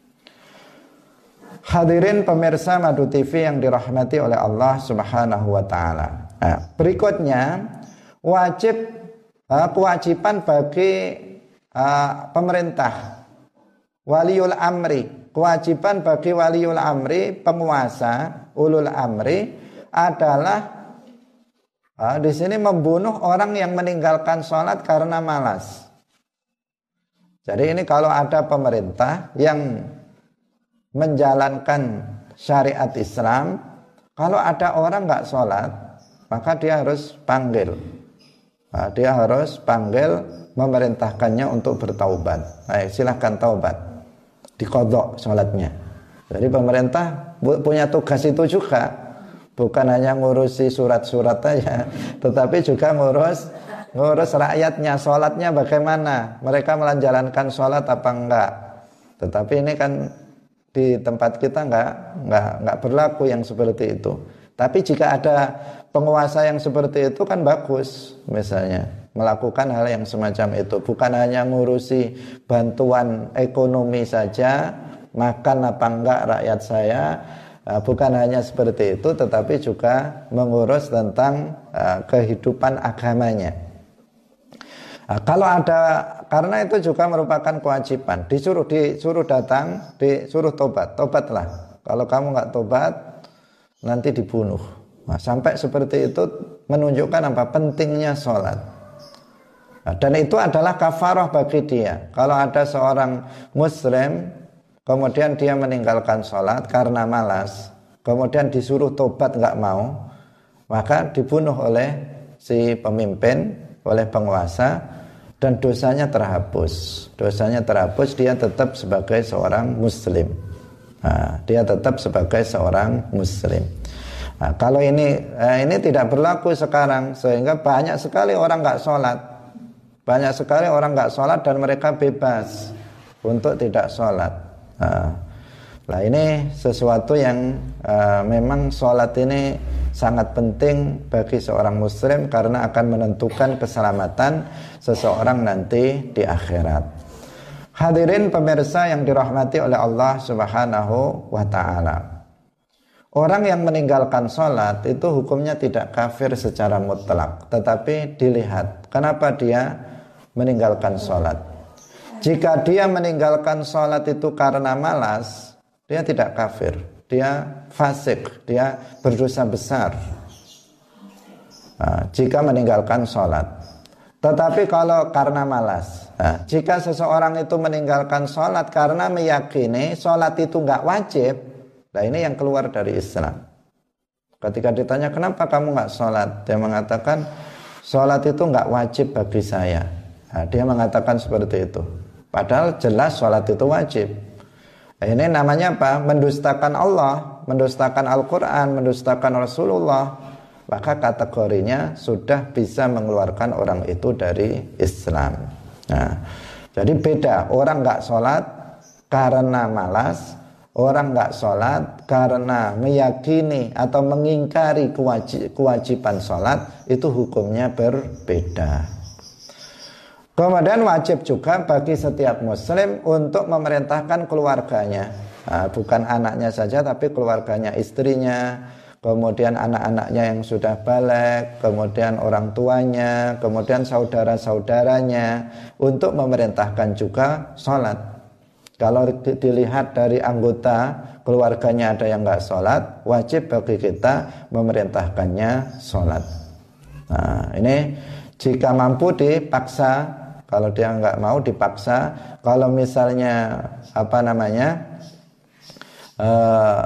Hadirin pemirsa Madu T V yang dirahmati oleh Allah Subhanahu wa ta'ala. Nah, berikutnya wajib uh, kewajiban bagi uh, pemerintah, waliul amri, kewajiban bagi waliul amri, penguasa, ulul amri adalah uh, di sini membunuh orang yang meninggalkan sholat karena malas. Jadi ini kalau ada pemerintah yang menjalankan syariat Islam, kalau ada orang nggak sholat, maka dia harus panggil. Nah, dia harus panggil, memerintahkannya untuk bertaubat. Baik, silahkan taubat, diqadha sholatnya. Jadi pemerintah punya tugas itu juga, bukan hanya ngurusi surat-surat aja, tetapi juga ngurus ngurus rakyatnya, sholatnya bagaimana, mereka menjalankan sholat apa enggak. Tetapi ini kan di tempat kita enggak enggak enggak berlaku yang seperti itu. Tapi jika ada penguasa yang seperti itu kan bagus, misalnya melakukan hal yang semacam itu, bukan hanya ngurusi bantuan ekonomi saja, makan apa enggak rakyat saya, bukan hanya seperti itu, tetapi juga mengurus tentang uh, kehidupan agamanya. Nah, kalau ada, karena itu juga merupakan kewajiban, disuruh disuruh datang, disuruh tobat, tobatlah. Kalau kamu nggak tobat, nanti dibunuh. Nah, sampai seperti itu menunjukkan apa pentingnya sholat. Nah, dan itu adalah kafarah bagi dia. Kalau ada seorang muslim, kemudian dia meninggalkan sholat karena malas, kemudian disuruh tobat nggak mau, maka dibunuh oleh si pemimpin, oleh penguasa, dan dosanya terhapus. Dosanya terhapus, dia tetap sebagai seorang muslim. Nah, dia tetap sebagai seorang muslim. Nah, kalau ini eh, ini tidak berlaku sekarang, sehingga banyak sekali orang nggak sholat, banyak sekali orang nggak sholat dan mereka bebas untuk tidak sholat. Nah, nah ini sesuatu yang eh, memang sholat ini sangat penting bagi seorang muslim karena akan menentukan keselamatan seseorang nanti di akhirat. Hadirin pemirsa yang dirahmati oleh Allah Subhanahu wa ta'ala, orang yang meninggalkan sholat itu hukumnya tidak kafir secara mutlak, tetapi dilihat kenapa dia meninggalkan sholat. Jika dia meninggalkan sholat itu karena malas, dia tidak kafir, dia fasik, dia berdosa besar. Nah, jika meninggalkan sholat. Tetapi kalau karena malas, nah, jika seseorang itu meninggalkan sholat karena meyakini sholat itu nggak wajib, nah ini yang keluar dari Islam. Ketika ditanya kenapa kamu nggak sholat, dia mengatakan sholat itu nggak wajib bagi saya. Nah, dia mengatakan seperti itu. Padahal jelas sholat itu wajib. Nah, ini namanya apa? Mendustakan Allah, mendustakan Al-Quran, mendustakan Rasulullah. Maka kategorinya sudah bisa mengeluarkan orang itu dari Islam. Nah, Jadi beda, orang nggak sholat karena malas, orang nggak sholat karena meyakini atau mengingkari kewajib, kewajiban sholat, itu hukumnya berbeda. Kemudian wajib juga bagi setiap muslim untuk memerintahkan keluarganya, nah, bukan anaknya saja tapi keluarganya, istrinya, kemudian anak-anaknya yang sudah balik, kemudian orang tuanya, kemudian saudara-saudaranya, untuk memerintahkan juga sholat. Kalau dilihat dari anggota keluarganya ada yang nggak sholat, wajib bagi kita memerintahkannya sholat. Nah, ini jika mampu dipaksa, kalau dia nggak mau dipaksa. Kalau misalnya apa namanya uh,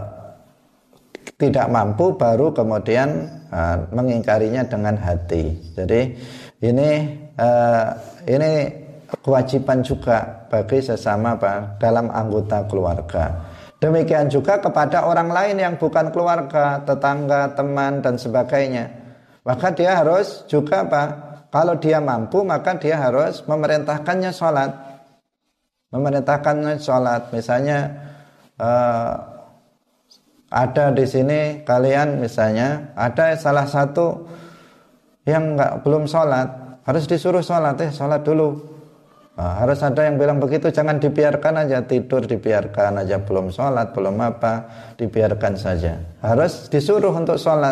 tidak mampu, baru kemudian uh, mengingkarinya dengan hati. Jadi ini uh, ini kewajiban juga bagi sesama apa, dalam anggota keluarga. Demikian juga kepada orang lain yang bukan keluarga, tetangga, teman dan sebagainya. Maka dia harus juga apa? Kalau dia mampu, maka dia harus memerintahkannya sholat. Memerintahkannya sholat. Misalnya uh, ada di sini kalian, misalnya ada salah satu yang nggak belum sholat, harus disuruh sholat, eh sholat dulu. Nah, harus ada yang bilang begitu, jangan dibiarkan aja tidur, dibiarkan aja belum sholat, belum apa, dibiarkan saja. Harus disuruh untuk sholat.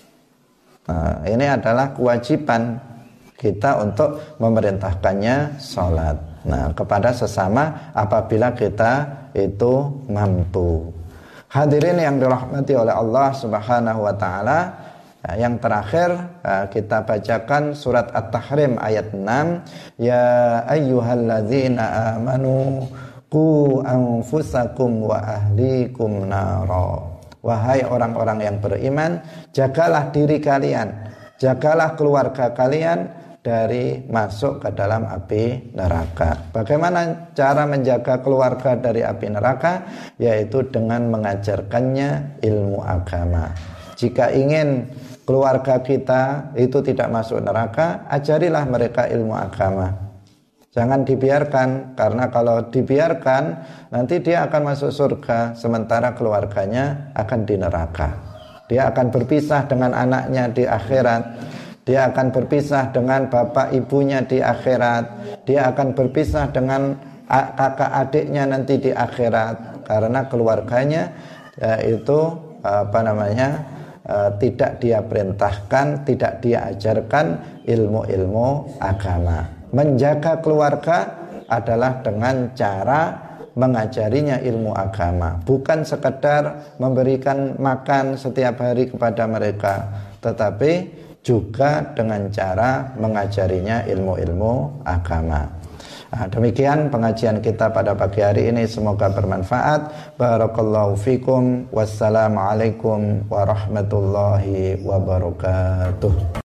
Nah, ini adalah kewajiban kita untuk memerintahkannya sholat. Nah, kepada sesama apabila kita itu mampu. Hadirin yang dirahmati oleh Allah Subhanahu wa taala, yang terakhir kita bacakan surat At-Tahrim ayat enam, ya ayyuhalladzina amanu qu anfusakum wa ahlikum nara. Wahai orang-orang yang beriman, jagalah diri kalian, jagalah keluarga kalian dari masuk ke dalam api neraka. Bagaimana cara menjaga keluarga dari api neraka? Yaitu dengan mengajarkannya ilmu agama. Jika ingin keluarga kita itu tidak masuk neraka, ajarilah mereka ilmu agama. Jangan dibiarkan, karena kalau dibiarkan nanti dia akan masuk surga, sementara keluarganya akan di neraka. Dia akan berpisah dengan anaknya di akhirat. Dia akan berpisah dengan bapak ibunya di akhirat. Dia akan berpisah dengan kakak adiknya nanti di akhirat, karena keluarganya ya, itu apa namanya uh, tidak dia perintahkan, tidak dia ajarkan ilmu-ilmu agama. Menjaga keluarga adalah dengan cara mengajarinya ilmu agama, bukan sekedar memberikan makan setiap hari kepada mereka, tetapi juga dengan cara mengajarinya ilmu-ilmu agama. Nah, demikian pengajian kita pada pagi hari ini, semoga bermanfaat. Barakallahu fikum. Wassalamualaikum warahmatullahi wabarakatuh.